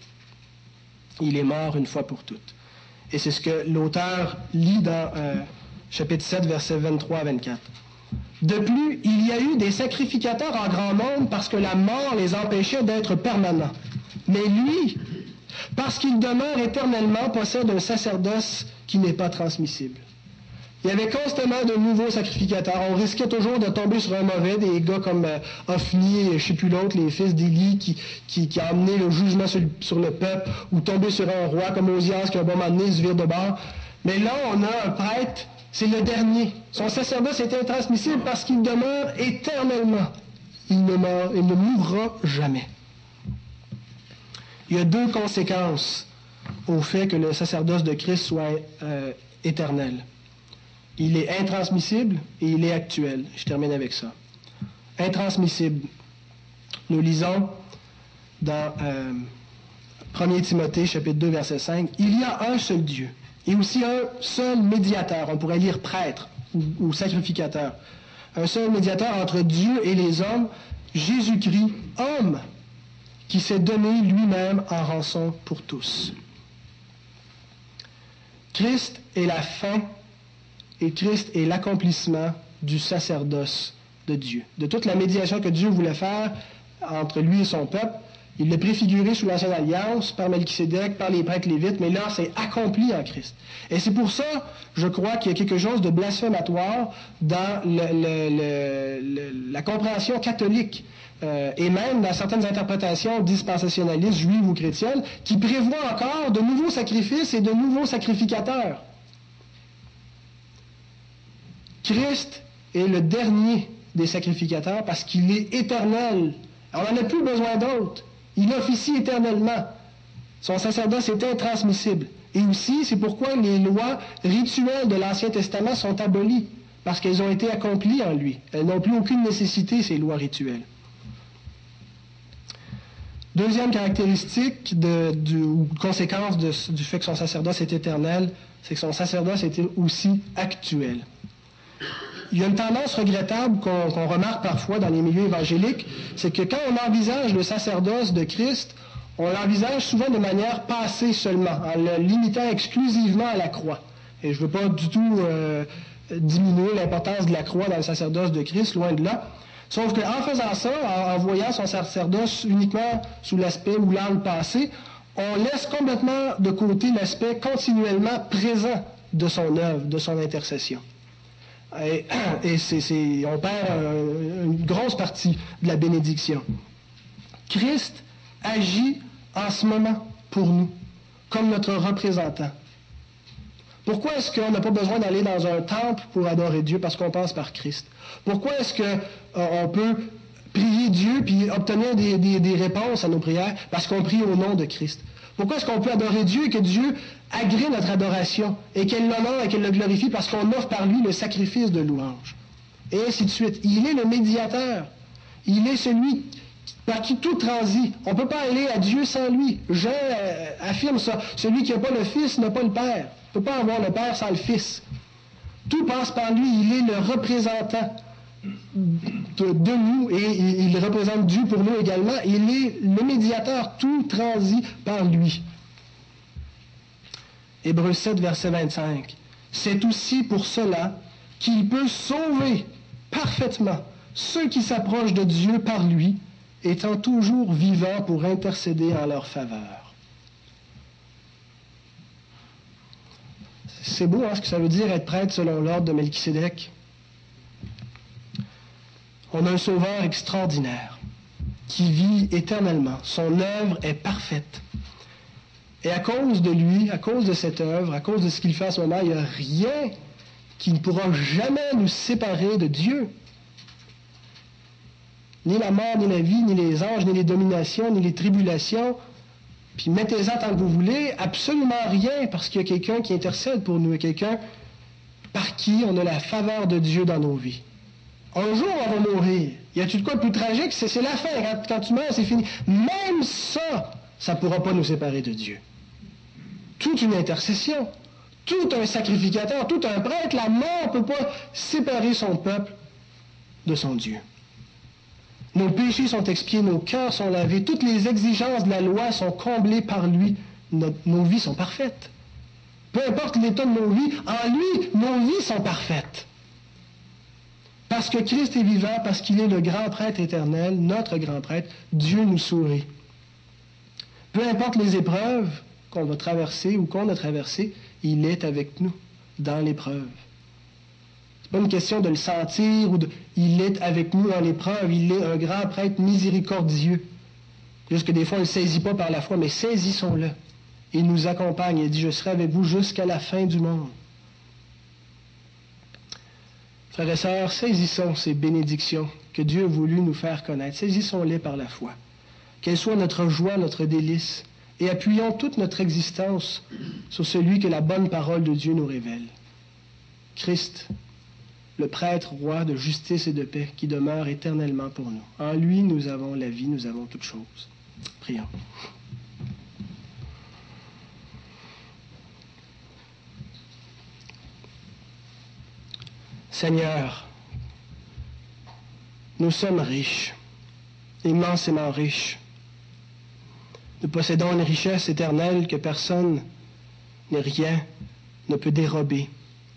A: Il est mort une fois pour toutes. Et c'est ce que l'auteur lit dans euh, chapitre sept, versets vingt-trois à vingt-quatre. De plus, il y a eu des sacrificateurs en grand nombre parce que la mort les empêchait d'être permanents. Mais lui, parce qu'il demeure éternellement, possède un sacerdoce qui n'est pas transmissible. Il y avait constamment de nouveaux sacrificateurs. On risquait toujours de tomber sur un mauvais, des gars comme euh, Ophni et je ne sais plus l'autre, les fils d'Élie, qui, qui, qui a amené le jugement sur le, sur le peuple, ou tomber sur un roi comme Osias qui a un bon moment donné se vire de bord. Mais là, on a un prêtre, c'est le dernier. Son sacerdoce est intransmissible parce qu'il demeure éternellement. Il ne, meurt, il ne mourra jamais. Il y a deux conséquences au fait que le sacerdoce de Christ soit euh, éternel. Il est intransmissible et il est actuel. Je termine avec ça. Intransmissible. Nous lisons dans euh, premier Timothée, chapitre deux, verset cinq, « Il y a un seul Dieu et aussi un seul médiateur. » On pourrait lire prêtre ou, ou sacrificateur. Un seul médiateur entre Dieu et les hommes, Jésus-Christ, homme, qui s'est donné lui-même en rançon pour tous. Christ est la fin et Christ est l'accomplissement du sacerdoce de Dieu. De toute la médiation que Dieu voulait faire entre lui et son peuple, il l'a préfiguré sous l'Ancienne Alliance, par Melchisédek, par les prêtres lévites, mais là, c'est accompli en Christ. Et c'est pour ça, je crois, qu'il y a quelque chose de blasphématoire dans le, le, le, le, la compréhension catholique, euh, et même dans certaines interprétations dispensationalistes, juives ou chrétiennes, qui prévoient encore de nouveaux sacrifices et de nouveaux sacrificateurs. Christ est le dernier des sacrificateurs parce qu'il est éternel. On n'en a plus besoin d'autre. Il officie éternellement. Son sacerdoce est intransmissible. Et aussi, c'est pourquoi les lois rituelles de l'Ancien Testament sont abolies, parce qu'elles ont été accomplies en lui. Elles n'ont plus aucune nécessité, ces lois rituelles. Deuxième caractéristique de, de, ou conséquence de, du fait que son sacerdoce est éternel, c'est que son sacerdoce est aussi actuel. Il y a une tendance regrettable qu'on, qu'on remarque parfois dans les milieux évangéliques, c'est que quand on envisage le sacerdoce de Christ, on l'envisage souvent de manière passée seulement, en le limitant exclusivement à la croix. Et je ne veux pas du tout euh, diminuer l'importance de la croix dans le sacerdoce de Christ, loin de là. Sauf qu'en faisant ça, en, en voyant son sacerdoce uniquement sous l'aspect ou l'angle passé, on laisse complètement de côté l'aspect continuellement présent de son œuvre, de son intercession. Et, et c'est, c'est, on perd euh, une grosse partie de la bénédiction. Christ agit en ce moment pour nous, comme notre représentant. Pourquoi est-ce qu'on n'a pas besoin d'aller dans un temple pour adorer Dieu? Parce qu'on passe par Christ. Pourquoi est-ce qu'on euh, peut prier Dieu puis obtenir des, des, des réponses à nos prières? Parce qu'on prie au nom de Christ. Pourquoi est-ce qu'on peut adorer Dieu et que Dieu agrée notre adoration et qu'elle l'honore et qu'elle le glorifie? Parce qu'on offre par lui le sacrifice de louange. Et ainsi de suite. Il est le médiateur. Il est celui par qui tout transit. On ne peut pas aller à Dieu sans lui. Jean euh, affirme ça. Celui qui n'a pas le Fils n'a pas le Père. On ne peut pas avoir le Père sans le Fils. Tout passe par lui. Il est le représentant de, de nous et il, il représente Dieu pour nous également. Il est le médiateur. Tout transit par lui. Hébreux sept, verset vingt-cinq. C'est aussi pour cela qu'il peut sauver parfaitement ceux qui s'approchent de Dieu par lui, étant toujours vivants pour intercéder en leur faveur. C'est beau, hein, ce que ça veut dire être prêtre selon l'ordre de Melchisédek. On a un sauveur extraordinaire qui vit éternellement. Son œuvre est parfaite. Et à cause de lui, à cause de cette œuvre, à cause de ce qu'il fait à ce moment, il n'y a rien qui ne pourra jamais nous séparer de Dieu. Ni la mort, ni la vie, ni les anges, ni les dominations, ni les tribulations. Puis mettez-en tant que vous voulez, absolument rien, parce qu'il y a quelqu'un qui intercède pour nous, et quelqu'un par qui on a la faveur de Dieu dans nos vies. Un jour, on va mourir. Y a-t-il de quoi de plus tragique? C'est, c'est la fin. Quand, quand tu meurs, c'est fini. Même ça, ça ne pourra pas nous séparer de Dieu. Toute une intercession, tout un sacrificateur, tout un prêtre, la mort ne peut pas séparer son peuple de son Dieu. Nos péchés sont expiés, nos cœurs sont lavés, toutes les exigences de la loi sont comblées par lui. Nos, nos vies sont parfaites. Peu importe l'état de nos vies, en lui, nos vies sont parfaites. Parce que Christ est vivant, parce qu'il est le grand prêtre éternel, notre grand prêtre, Dieu nous sourit. Peu importe les épreuves qu'on va traverser ou qu'on a traversées, il est avec nous dans l'épreuve. Pas une question de le sentir ou de... Il est avec nous dans l'épreuve. Il est un grand prêtre miséricordieux. Juste que des fois, on ne le saisit pas par la foi, mais saisissons-le. Il nous accompagne. Il dit, je serai avec vous jusqu'à la fin du monde. Frères et sœurs, saisissons ces bénédictions que Dieu a voulu nous faire connaître. Saisissons-les par la foi. Qu'elles soient notre joie, notre délice. Et appuyons toute notre existence sur celui que la bonne parole de Dieu nous révèle. Christ, le prêtre roi de justice et de paix qui demeure éternellement pour nous. En lui, nous avons la vie, nous avons toutes choses. Prions. Seigneur, nous sommes riches, immensément riches. Nous possédons une richesse éternelle que personne, ni rien, ne peut dérober.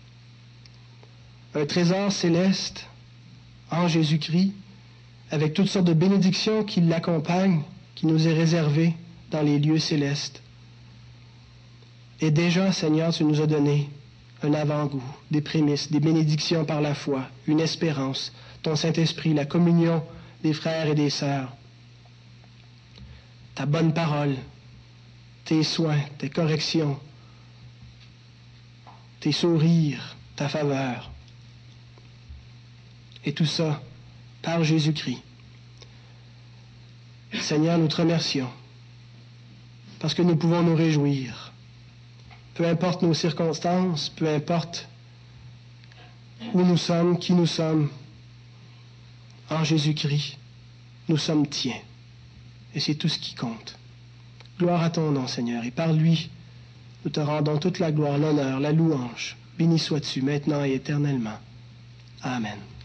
A: Un trésor céleste en Jésus-Christ, avec toutes sortes de bénédictions qui l'accompagnent, qui nous est réservé dans les lieux célestes. Et déjà, Seigneur, tu nous as donné un avant-goût, des prémices, des bénédictions par la foi, une espérance, ton Saint-Esprit, la communion des frères et des sœurs, ta bonne parole, tes soins, tes corrections, tes sourires, ta faveur. Et tout ça par Jésus-Christ. Seigneur, nous te remercions parce que nous pouvons nous réjouir. Peu importe nos circonstances, peu importe où nous sommes, qui nous sommes, en Jésus-Christ, nous sommes tiens. Et c'est tout ce qui compte. Gloire à ton nom, Seigneur, et par lui, nous te rendons toute la gloire, l'honneur, la louange. Béni sois-tu maintenant et éternellement. Amen.